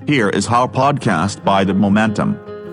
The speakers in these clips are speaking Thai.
Here is our podcast by The Momentum.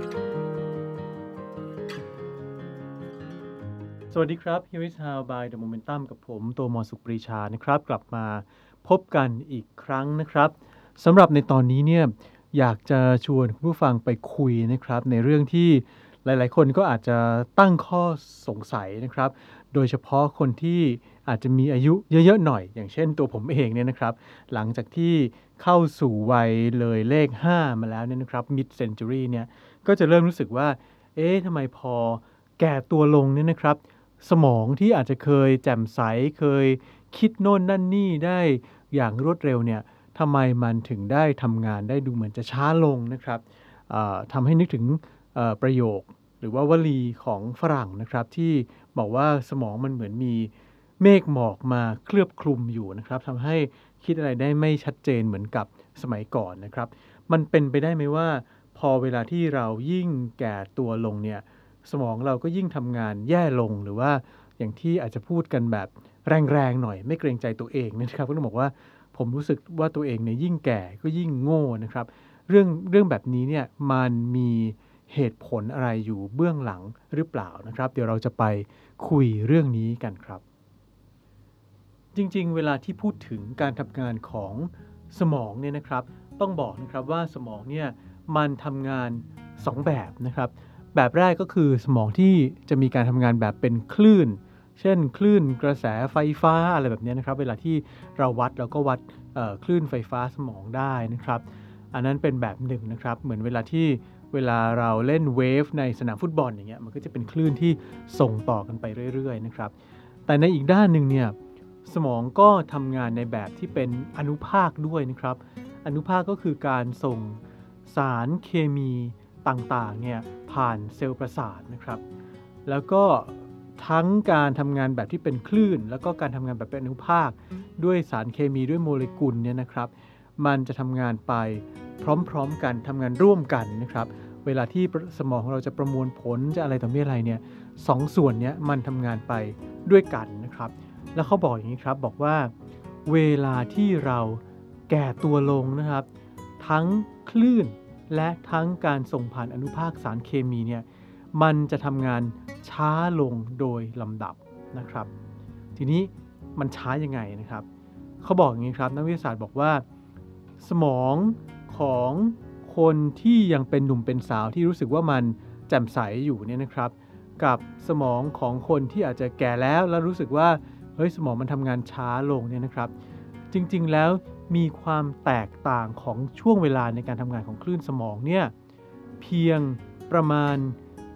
สวัสดีครับ Here is how by The Momentum กับผมโตมสุขปรีชานะครับกลับมาพบกันอีกครั้งนะครับสำหรับในตอนนี้เนี่ยอยากจะชวนคุณผู้ฟังไปคุยนะครับในเรื่องที่หลายๆคนก็อาจจะตั้งข้อสงสัยนะครับโดยเฉพาะคนที่อาจจะมีอายุเยอะๆหน่อยอย่างเช่นตัวผมเองเนี่ยนะครับหลังจากที่เข้าสู่วัยเลยเลข5มาแล้วเนี่ยนะครับ mid century เนี่ยก็จะเริ่มรู้สึกว่าทำไมพอแก่ตัวลงเนี่ยนะครับสมองที่อาจจะเคยแจ่มใสเคยคิดโน่นนั่นนี่ได้อย่างรวดเร็วเนี่ยทำไมมันถึงได้ทำงานได้ดูเหมือนจะช้าลงนะครับทำให้นึกถึงประโยคหรือว่าวลีของฝรั่งนะครับที่บอกว่าสมองมันเหมือนมีเมฆหมอกมาเคลือบคลุมอยู่นะครับทำให้คิดอะไรได้ไม่ชัดเจนเหมือนกับสมัยก่อนนะครับมันเป็นไปได้ไหมว่าพอเวลาที่เรายิ่งแก่ตัวลงเนี่ยสมองเราก็ยิ่งทำงานแย่ลงหรือว่าอย่างที่อาจจะพูดกันแบบแรงๆหน่อยไม่เกรงใจตัวเองนะครับก็ต้องบอกว่าผมรู้สึกว่าตัวเองเนี่ยยิ่งแก่ก็ยิ่งโง่นะครับเรื่องแบบนี้เนี่ยมันมีเหตุผลอะไรอยู่เบื้องหลังหรือเปล่านะครับเดี๋ยวเราจะไปคุยเรื่องนี้กันครับจริงๆเวลาที่พูดถึงการทำงานของสมองเนี่ยนะครับต้องบอกนะครับว่าสมองเนี่ยมันทำงาน2แบบนะครับแบบแรกก็คือสมองที่จะมีการทำงานแบบเป็นคลื่นเช่นคลื่นกระแสไฟฟ้าอะไรแบบนี้นะครับเวลาที่เราก็วัดคลื่นไฟฟ้าสมองได้นะครับอันนั้นเป็นแบบหนึ่งนะครับเหมือนเวลาเราเล่นเวฟในสนามฟุตบอลอย่างเงี้ยมันก็จะเป็นคลื่นที่ส่งต่อกันไปเรื่อยๆนะครับแต่ในอีกด้านหนึ่งเนี่ยสมองก็ทำงานในแบบที่เป็นอนุภาคด้วยนะครับอนุภาคก็คือการส่งสารเคมีต่างๆเนี่ยผ่านเซลล์ประสาทนะครับแล้วก็ทั้งการทำงานแบบที่เป็นคลื่นแล้วก็การทำงานแบบเป็นอนุภาคด้วยสารเคมีด้วยโมเลกุลเนี่ยนะครับมันจะทำงานไปพร้อมๆกันทำงานร่วมกันนะครับเวลาที่สมองของเราจะประมวลผลจะอะไรต่อมีอะไรเนี่ยสองส่วนเนี้ยมันทำงานไปด้วยกันนะครับแล้วเขาบอกอย่างนี้ครับบอกว่าเวลาที่เราแก่ตัวลงนะครับทั้งคลื่นและทั้งการส่งผ่านอนุภาคสารเคมีเนี่ยมันจะทำงานช้าลงโดยลำดับนะครับทีนี้มันช้ายังไงนะครับเขาบอกอย่างนี้ครับนักวิทยาศาสตร์บอกว่าสมองของคนที่ยังเป็นหนุ่มเป็นสาวที่รู้สึกว่ามันแจ่มใสอยู่เนี่ยนะครับกับสมองของคนที่อาจจะแก่แล้วรู้สึกว่าสมองมันทำงานช้าลงเนี่ยนะครับจริงๆแล้วมีความแตกต่างของช่วงเวลาในการทำงานของคลื่นสมองเนี่ยเพียงประมาณ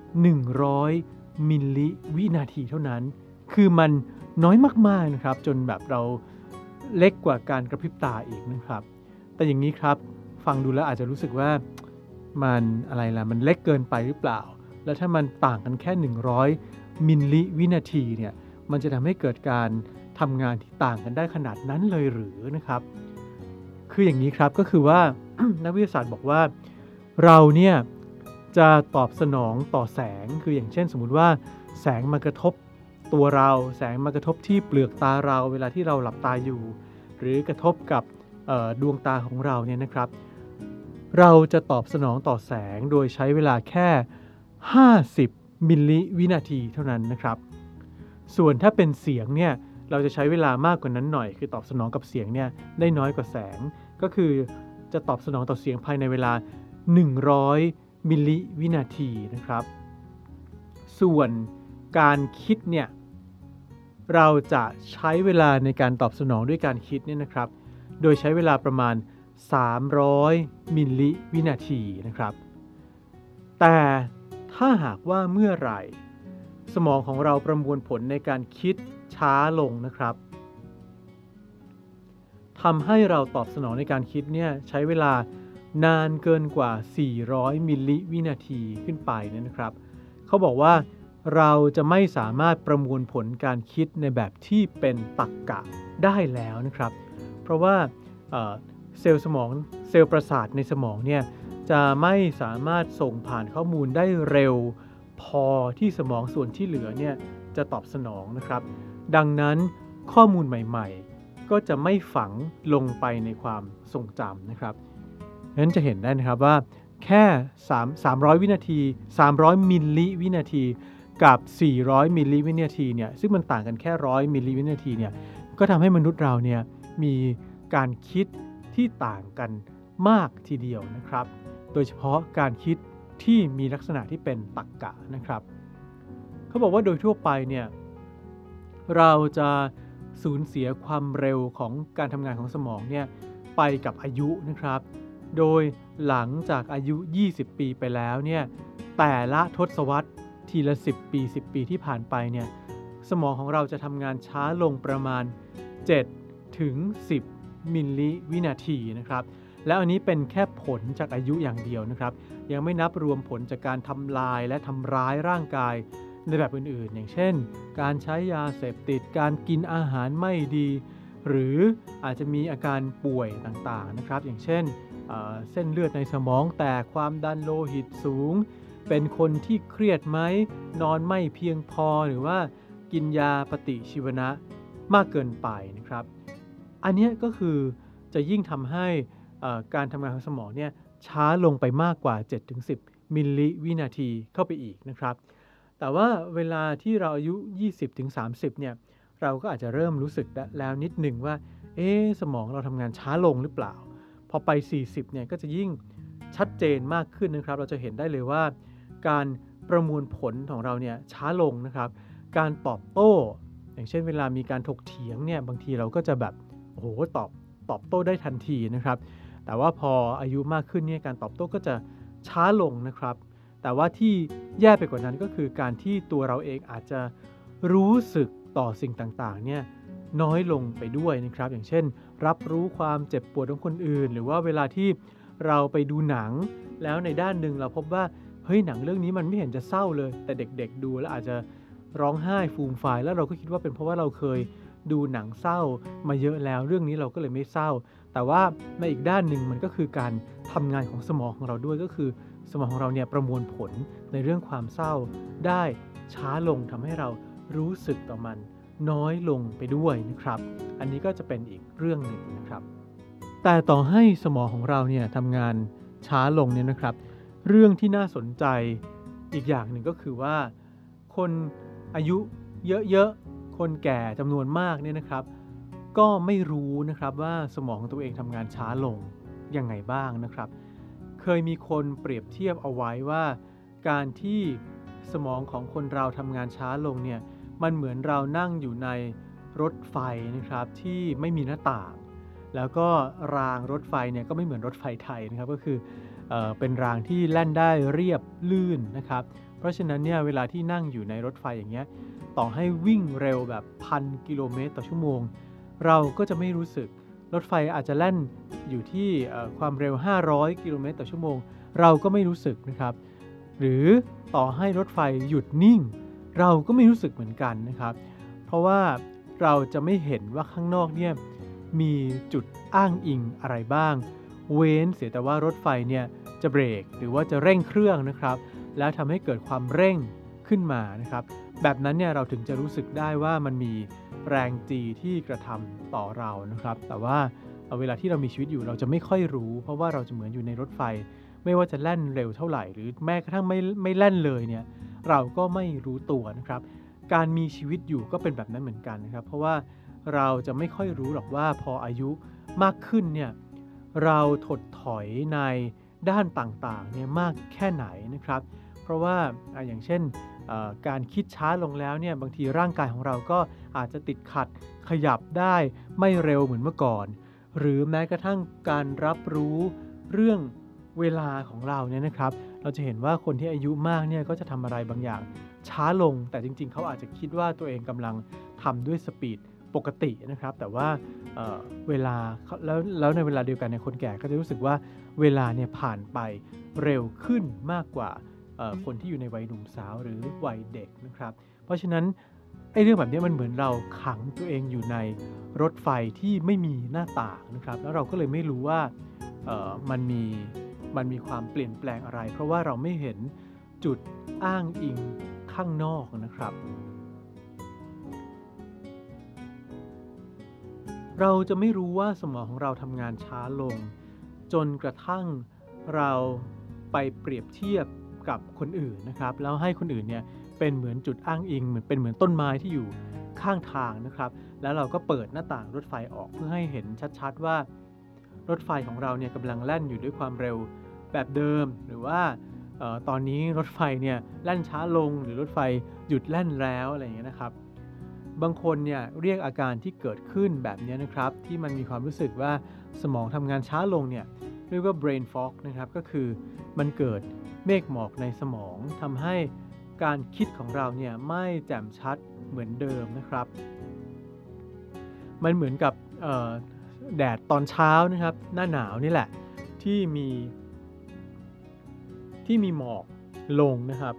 100มิลลิวินาทีเท่านั้นคือมันน้อยมากๆนะครับจนแบบเราเล็กกว่าการกระพริบตาอีกนะครับแต่อย่างนี้ครับฟังดูแล้วอาจจะรู้สึกว่ามันอะไรล่ะมันเล็กเกินไปหรือเปล่าแล้วถ้ามันต่างกันแค่100มิลลิวินาทีเนี่ยมันจะทำให้เกิดการทำงานที่ต่างกันได้ขนาดนั้นเลยหรือนะครับคืออย่างนี้ครับก็คือว่า นักวิทยาศาสตร์บอกว่าเราเนี่ยจะตอบสนองต่อแสงคืออย่างเช่นสมมุติว่าแสงมากระทบตัวเราแสงมากระทบที่เปลือกตาเราเวลาที่เราหลับตาอยู่หรือกระทบกับดวงตาของเราเนี่ยนะครับเราจะตอบสนองต่อแสงโดยใช้เวลาแค่50มิลลิวินาทีเท่านั้นนะครับส่วนถ้าเป็นเสียงเนี่ยเราจะใช้เวลามากกว่านั้นหน่อยคือตอบสนองกับเสียงเนี่ยได้น้อยกว่าแสงก็คือจะตอบสนองต่อเสียงภายในเวลา100มิลลิวินาทีนะครับส่วนการคิดเนี่ยเราจะใช้เวลาในการตอบสนองด้วยการคิดเนี่ยนะครับโดยใช้เวลาประมาณ300มิลลิวินาทีนะครับแต่ถ้าหากว่าเมื่อไหร่สมองของเราประมวลผลในการคิดช้าลงนะครับทำให้เราตอบสนองในการคิดเนี่ยใช้เวลานานเกินกว่า400มิลลิวินาทีขึ้นไปนะครับเขาบอกว่าเราจะไม่สามารถประมวลผลการคิดในแบบที่เป็นตรรกะได้แล้วนะครับเพราะว่าเซลล์สมองเซลล์ประสาทในสมองเนี่ยจะไม่สามารถส่งผ่านข้อมูลได้เร็วพอที่สมองส่วนที่เหลือเนี่ยจะตอบสนองนะครับดังนั้นข้อมูลใหม่ๆก็จะไม่ฝังลงไปในความทรงจำนะครับนั้นจะเห็นได้นะครับว่าแค่300 วินาที300 มิลลิวินาทีกับ400 มิลลิวินาทีเนี่ยซึ่งมันต่างกันแค่100 มิลลิวินาทีเนี่ยก็ทำให้มนุษย์เราเนี่ยมีการคิดที่ต่างกันมากทีเดียวนะครับโดยเฉพาะการคิดที่มีลักษณะที่เป็นตรรกะนะครับเขาบอกว่าโดยทั่วไปเนี่ยเราจะสูญเสียความเร็วของการทำงานของสมองเนี่ยไปกับอายุนะครับโดยหลังจากอายุ20 ปีไปแล้วเนี่ยแต่ละทศวรรษทีละ10 ปี10 ปีที่ผ่านไปเนี่ยสมองของเราจะทำงานช้าลงประมาณ7 ถึง 10 มิลลิวินาทีนะครับแล้วอันนี้เป็นแค่ผลจากอายุอย่างเดียวนะครับยังไม่นับรวมผลจากการทำลายและทำร้ายร่างกายในแบบอื่นๆอย่างเช่นการใช้ยาเสพติดการกินอาหารไม่ดีหรืออาจจะมีอาการป่วยต่างๆนะครับอย่างเช่นเส้นเลือดในสมองแตกความดันโลหิตสูงเป็นคนที่เครียดไหมนอนไม่เพียงพอหรือว่ากินยาปฏิชีวนะมากเกินไปนะครับอันนี้ก็คือจะยิ่งทำให้การทำงานของสมองเนี่ยช้าลงไปมากกว่า 7-10 มิลลิวินาทีเข้าไปอีกนะครับแต่ว่าเวลาที่เราอายุ 20-30 เนี่ยเราก็อาจจะเริ่มรู้สึกแล้วนิดหนึ่งว่าสมองเราทำงานช้าลงหรือเปล่าพอไป 40 เนี่ยก็จะยิ่งชัดเจนมากขึ้นนะครับเราจะเห็นได้เลยว่าการประมวลผลของเราเนี่ยช้าลงนะครับการตอบโต้อย่างเช่นเวลามีการถกเถียงเนี่ยบางทีเราก็จะแบบตอบโต้ได้ทันทีนะครับแต่ว่าพออายุมากขึ้นเนี่ยการตอบโต้ก็จะช้าลงนะครับแต่ว่าที่แย่ไปกว่านั้นก็คือการที่ตัวเราเองอาจจะรู้สึกต่อสิ่งต่างๆเนี่ยน้อยลงไปด้วยนะครับอย่างเช่นรับรู้ความเจ็บปวดของคนอื่นหรือว่าเวลาที่เราไปดูหนังแล้วในด้านหนึ่งเราพบว่าเฮ้ยหนังเรื่องนี้มันไม่เห็นจะเศร้าเลยแต่เด็กๆดูแล้วอาจจะร้องไห้ฟูมฟายแล้วเราก็คิดว่าเป็นเพราะว่าเราเคยดูหนังเศร้ามาเยอะแล้วเรื่องนี้เราก็เลยไม่เศร้าแต่ว่าในอีกด้านหนึ่งมันก็คือการทำงานของสมองของเราด้วยก็คือสมองของเราเนี่ยประมวลผลในเรื่องความเศร้าได้ช้าลงทำให้เรารู้สึกต่อมันน้อยลงไปด้วยนะครับอันนี้ก็จะเป็นอีกเรื่องหนึ่งนะครับแต่ต่อให้สมองของเราเนี่ยทำงานช้าลงเนี่ยนะครับเรื่องที่น่าสนใจอีกอย่างหนึ่งก็คือว่าคนอายุเยอะๆคนแก่จำนวนมากเนี่ยนะครับก็ไม่รู้นะครับว่าสมองของตัวเองทำงานช้าลงยังไงบ้างนะครับเคยมีคนเปรียบเทียบเอาไว้ว่าการที่สมองของคนเราทำงานช้าลงเนี่ยมันเหมือนเรานั่งอยู่ในรถไฟนะครับที่ไม่มีหน้าต่างแล้วก็รางรถไฟเนี่ยก็ไม่เหมือนรถไฟไทยนะครับก็คือเป็นรางที่แล่นได้เรียบลื่นนะครับเพราะฉะนั้นเนี่ยเวลาที่นั่งอยู่ในรถไฟอย่างเงี้ยต่อให้วิ่งเร็วแบบ1,000 กิโลเมตรต่อชั่วโมงเราก็จะไม่รู้สึกรถไฟอาจจะแล่นอยู่ที่ความเร็ว500 กิโลเมตรต่อชั่วโมงเราก็ไม่รู้สึกนะครับหรือต่อให้รถไฟหยุดนิ่งเราก็ไม่รู้สึกเหมือนกันนะครับเพราะว่าเราจะไม่เห็นว่าข้างนอกเนี่ยมีจุดอ้างอิงอะไรบ้างเว้นเสียแต่ว่ารถไฟเนี่ยจะเบรกหรือว่าจะเร่งเครื่องนะครับแล้วทำให้เกิดความเร่งขึ้นมานะครับแบบนั้นเนี่ยเราถึงจะรู้สึกได้ว่ามันมีแรงจีที่กระทำต่อเรานะครับแต่ว่าเวลาที่เรามีชีวิตอยู่เราจะไม่ค่อยรู้เพราะว่าเราจะเหมือนอยู่ในรถไฟไม่ว่าจะแล่นเร็วเท่าไหร่หรือแม้กระทั่งไม่แล่นเลยเนี่ยเราก็ไม่รู้ตัวนะครับการมีชีวิตอยู่ก็เป็นแบบนั้นเหมือนกันนะครับเพราะว่าเราจะไม่ค่อยรู้หรอกว่าพออายุมากขึ้นเนี่ยเราถดถอยในด้านต่างๆเนี่ยมากแค่ไหนนะครับเพราะว่าอย่างเช่นการคิดช้าลงแล้วเนี่ยบางทีร่างกายของเราก็อาจจะติดขัดขยับได้ไม่เร็วเหมือนเมื่อก่อนหรือแม้กระทั่งการรับรู้เรื่องเวลาของเราเนี่ยนะครับเราจะเห็นว่าคนที่อายุมากเนี่ยก็จะทำอะไรบางอย่างช้าลงแต่จริงๆเขาอาจจะคิดว่าตัวเองกำลังทำด้วยสปีดปกตินะครับแต่ว่าเวลาแล้วในเวลาเดียวกันในคนแก่ก็จะรู้สึกว่าเวลาเนี่ยผ่านไปเร็วขึ้นมากกว่าคนที่อยู่ในวัยหนุ่มสาวหรือวัยเด็กนะครับเพราะฉะนั้นเรื่องแบบนี้มันเหมือนเราขังตัวเองอยู่ในรถไฟที่ไม่มีหน้าต่างนะครับแล้วเราก็เลยไม่รู้ว่ามันมีความเปลี่ยนแปลงอะไรเพราะว่าเราไม่เห็นจุดอ้างอิงข้างนอกนะครับเราจะไม่รู้ว่าสมองของเราทำงานช้าลงจนกระทั่งเราไปเปรียบเทียบกับคนอื่นนะครับแล้วให้คนอื่นเนี่ยเป็นเหมือนจุดอ้างอิงเหมือนต้นไม้ที่อยู่ข้างทางนะครับแล้วเราก็เปิดหน้าต่างรถไฟออกเพื่อให้เห็นชัดๆว่ารถไฟของเราเนี่ยกำลังแล่นอยู่ด้วยความเร็วแบบเดิมหรือว่าตอนนี้รถไฟเนี่ยแล่นช้าลงหรือรถไฟหยุดแล่นแล้วอะไรอย่างเงี้ยนะครับบางคนเนี่ยเรียกอาการที่เกิดขึ้นแบบนี้นะครับที่มันมีความรู้สึกว่าสมองทำงานช้าลงเนี่ยเรียกว่า brain fog นะครับก็คือมันเกิดเมฆหมอกในสมองทำให้การคิดของเราเนี่ยไม่แจ่มชัดเหมือนเดิมนะครับมันเหมือนกับแดดตอนเช้านะครับหน้าหนาวนี่แหละที่มีหมอกลงนะครับ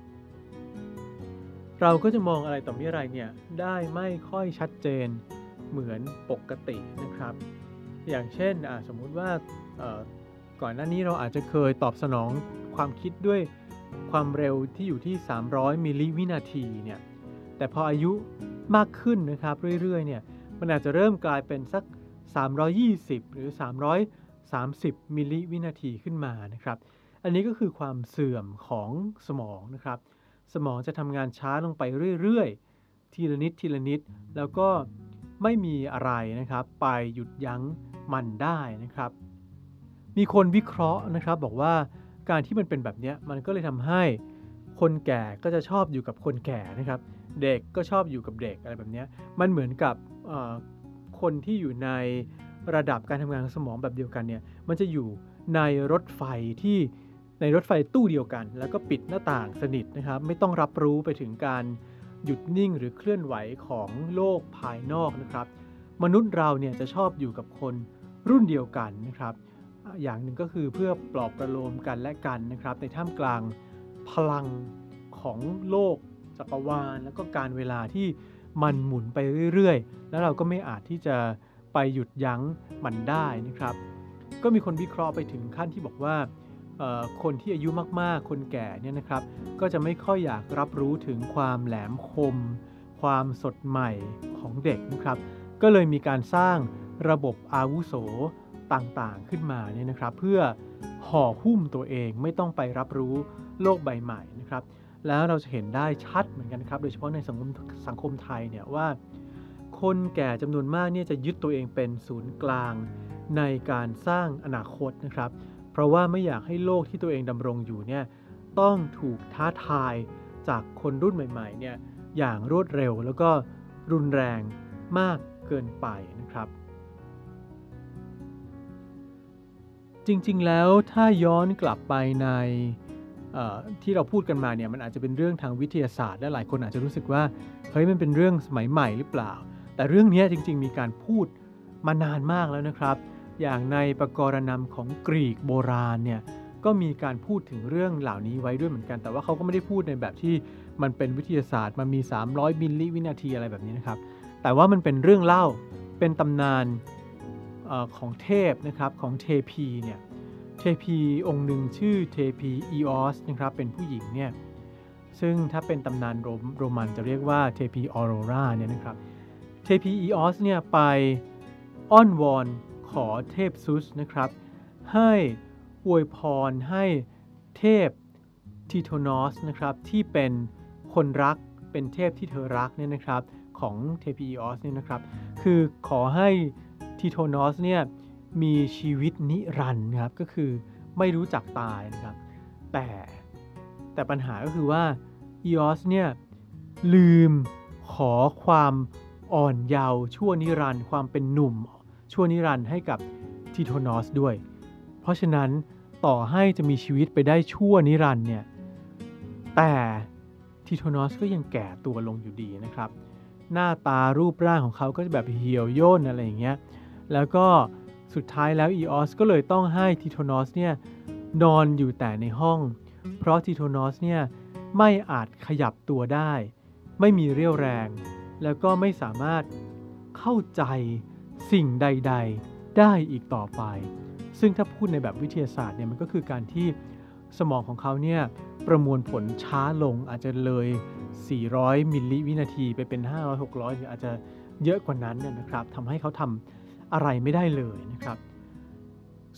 เราก็จะมองอะไรต่อมีอะไรเนี่ยได้ไม่ค่อยชัดเจนเหมือนปกตินะครับอย่างเช่นสมมุติว่าก่อนหน้านี้เราอาจจะเคยตอบสนองความคิดด้วยความเร็วที่อยู่ที่300มิลลิวินาทีเนี่ยแต่พออายุมากขึ้นนะครับเรื่อยๆเนี่ยมันอาจจะเริ่มกลายเป็นสัก320หรือ330มิลลิวินาทีขึ้นมานะครับอันนี้ก็คือความเสื่อมของสมองนะครับสมองจะทำงานช้าลงไปเรื่อยๆทีละนิดแล้วก็ไม่มีอะไรนะครับไปหยุดยั้งมันได้นะครับมีคนวิเคราะห์นะครับบอกว่าการที่มันเป็นแบบนี้มันก็เลยทำให้คนแก่ก็จะชอบอยู่กับคนแก่นะครับเด็กก็ชอบอยู่กับเด็กอะไรแบบนี้มันเหมือนกับคนที่อยู่ในระดับการทำงานของสมองแบบเดียวกันเนี่ยมันจะอยู่ในรถไฟตู้เดียวกันแล้วก็ปิดหน้าต่างสนิทนะครับไม่ต้องรับรู้ไปถึงการหยุดนิ่งหรือเคลื่อนไหวของโลกภายนอกนะครับมนุษย์เราเนี่ยจะชอบอยู่กับคนรุ่นเดียวกันนะครับอย่างหนึ่งก็คือเพื่อปลอบประโลมกันและกันนะครับในท่ามกลางพลังของโลกจักรวาลแล้วก็การเวลาที่มันหมุนไปเรื่อยๆแล้วเราก็ไม่อาจที่จะไปหยุดยั้งมันได้นะครับก็มีคนวิเคราะห์ไปถึงขั้นที่บอกว่าคนที่อายุมากๆคนแก่เนี่ยนะครับก็จะไม่ค่อยอยากรับรู้ถึงความแหลมคมความสดใหม่ของเด็กนะครับก็เลยมีการสร้างระบบอาวุโสต่างๆขึ้นมาเนี่ยนะครับเพื่อห่อหุ้มตัวเองไม่ต้องไปรับรู้โลกใบใหม่นะครับแล้วเราจะเห็นได้ชัดเหมือนกันครับโดยเฉพาะในสังคมไทยเนี่ยว่าคนแก่จำนวนมากเนี่ยจะยึดตัวเองเป็นศูนย์กลางในการสร้างอนาคตนะครับเพราะว่าไม่อยากให้โลกที่ตัวเองดำรงอยู่เนี่ยต้องถูกท้าทายจากคนรุ่นใหม่ๆเนี่ยอย่างรวดเร็วแล้วก็รุนแรงมากเกินไปนะครับจริงๆแล้วถ้าย้อนกลับไปในที่เราพูดกันมาเนี่ยมันอาจจะเป็นเรื่องทางวิทยาศาสตร์และหลายคนอาจจะรู้สึกว่าเฮ้ยมันเป็นเรื่องสมัยใหม่หรือเปล่าแต่เรื่องนี้จริงๆมีการพูดมานานมากแล้วนะครับอย่างในปกรณำของกรีกโบราณเนี่ยก็มีการพูดถึงเรื่องเหล่านี้ไว้ด้วยเหมือนกันแต่ว่าเขาก็ไม่ได้พูดในแบบที่มันเป็นวิทยาศาสตร์มันมี300มิลลิวินาทีอะไรแบบนี้นะครับแต่ว่ามันเป็นเรื่องเล่าเป็นตำนานของเทพนะครับของเทพีเนี่ยเทพีองค์หนึ่งชื่อเทพีอีออสนะครับเป็นผู้หญิงเนี่ยซึ่งถ้าเป็นตำนานโรมันจะเรียกว่าเทพีออโรราเนี่ยนะครับเทพีอีออสเนี่ยไปอ้อนวอนขอเทพซุสนะครับให้อวยพรให้เทพทิโทนอสนะครับที่เป็นคนรักเป็นเทพที่เธอรักเนี่ยนะครับของเทพีอีออสเนี่ยนะครับคือขอให้ทิโทนอสเนี่ยมีชีวิตนิรันดร์ครับก็คือไม่รู้จักตายนะครับแต่ปัญหาก็คือว่าอีออสเนี่ยลืมขอความอ่อนเยาว์ชั่วนิรันดร์ความเป็นหนุ่มชั่วนิรันดร์ให้กับทิโทนอสด้วยเพราะฉะนั้นต่อให้จะมีชีวิตไปได้ชั่วนิรันดร์เนี่ยแต่ทิโทนอสก็ยังแก่ตัวลงอยู่ดีนะครับหน้าตารูปร่างของเขาก็จะแบบเหี่ยวย่นอะไรอย่างเงี้ยแล้วก็สุดท้ายแล้วอีออสก็เลยต้องให้ทิโทนอสเนี่ยนอนอยู่แต่ในห้องเพราะทิโทนอสเนี่ยไม่อาจขยับตัวได้ไม่มีเรี่ยวแรงแล้วก็ไม่สามารถเข้าใจสิ่งใดๆได้อีกต่อไปซึ่งถ้าพูดในแบบวิทยาศาสตร์เนี่ยมันก็คือการที่สมองของเขาเนี่ยประมวลผลช้าลงอาจจะเลย400มิลลิวินาทีไปเป็น500-600หรืออาจจะเยอะกว่านั้นนะครับทำให้เขาทำอะไรไม่ได้เลยนะครับ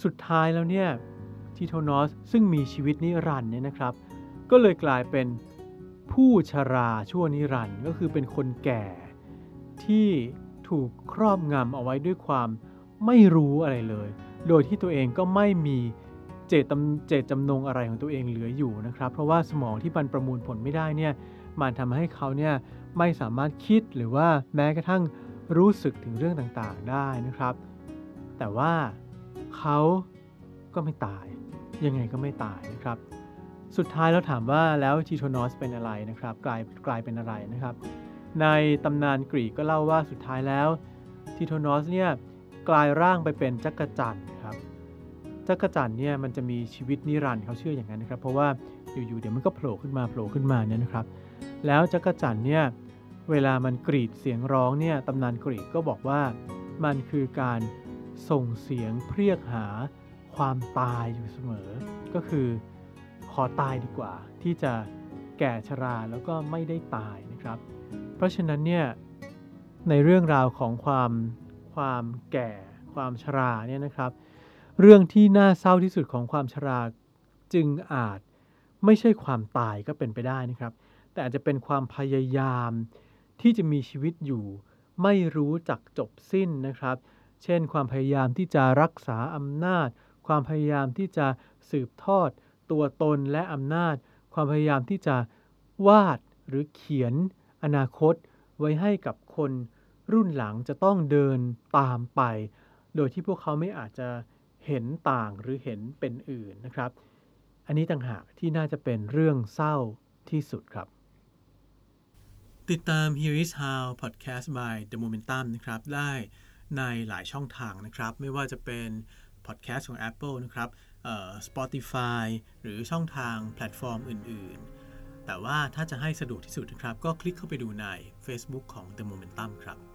สุดท้ายแล้วเนี่ยทีโทนอสซึ่งมีชีวิตนิรันดร์เนี่ยนะครับก็เลยกลายเป็นผู้ชราชั่วนิรันดร์ก็คือเป็นคนแก่ที่ถูกครอบงำเอาไว้ด้วยความไม่รู้อะไรเลยโดยที่ตัวเองก็ไม่มีเจตจำนงอะไรของตัวเองเหลืออยู่นะครับเพราะว่าสมองที่มันประมวลผลไม่ได้เนี่ยมันทำให้เขาเนี่ยไม่สามารถคิดหรือว่าแม้กระทั่งรู้สึกถึงเรื่องต่างๆได้นะครับแต่ว่าเขาก็ไม่ตายยังไงก็ไม่ตายนะครับสุดท้ายเราถามว่าแล้วทีโทนอสเป็นอะไรนะครับกลายเป็นอะไรนะครับในตำนานกรีกก็เล่าว่าสุดท้ายแล้วทีโทนอสเนี่ยกลายร่างไปเป็นจักรจั่นครับจักรจั่นเนี่ยมันจะมีชีวิตนิรันดร์เขาเชื่ออย่างนั้นนะครับเพราะว่าอยู่ๆเดี๋ยวมันก็โผล่ขึ้นมาเนี่ยนะครับแล้วจักรจั่นเนี่ยเวลามันกรีดเสียงร้องเนี่ยตำนานกรีกก็บอกว่ามันคือการส่งเสียงเรียกหาความตายอยู่เสมอก็คือขอตายดีกว่าที่จะแก่ชราแล้วก็ไม่ได้ตายนะครับเพราะฉะนั้นเนี่ยในเรื่องราวของความแก่ความชราเนี่ยนะครับเรื่องที่น่าเศร้าที่สุดของความชราจึงอาจไม่ใช่ความตายก็เป็นไปได้นะครับแต่อาจจะเป็นความพยายามที่จะมีชีวิตอยู่ไม่รู้จักจบสิ้นนะครับเช่นความพยายามที่จะรักษาอำนาจความพยายามที่จะสืบทอดตัวตนและอำนาจความพยายามที่จะวาดหรือเขียนอนาคตไว้ให้กับคนรุ่นหลังจะต้องเดินตามไปโดยที่พวกเขาไม่อาจจะเห็นต่างหรือเห็นเป็นอื่นนะครับอันนี้ต่างหากที่น่าจะเป็นเรื่องเศร้าที่สุดครับติดตาม Here is How Podcast by The Momentum นะครับได้ในหลายช่องทางนะครับไม่ว่าจะเป็น Podcast ของ Apple นะครับSpotify หรือช่องทางแพลตฟอร์มอื่นๆแต่ว่าถ้าจะให้สะดวกที่สุดนะครับก็คลิกเข้าไปดูใน Facebook ของ The Momentum ครับ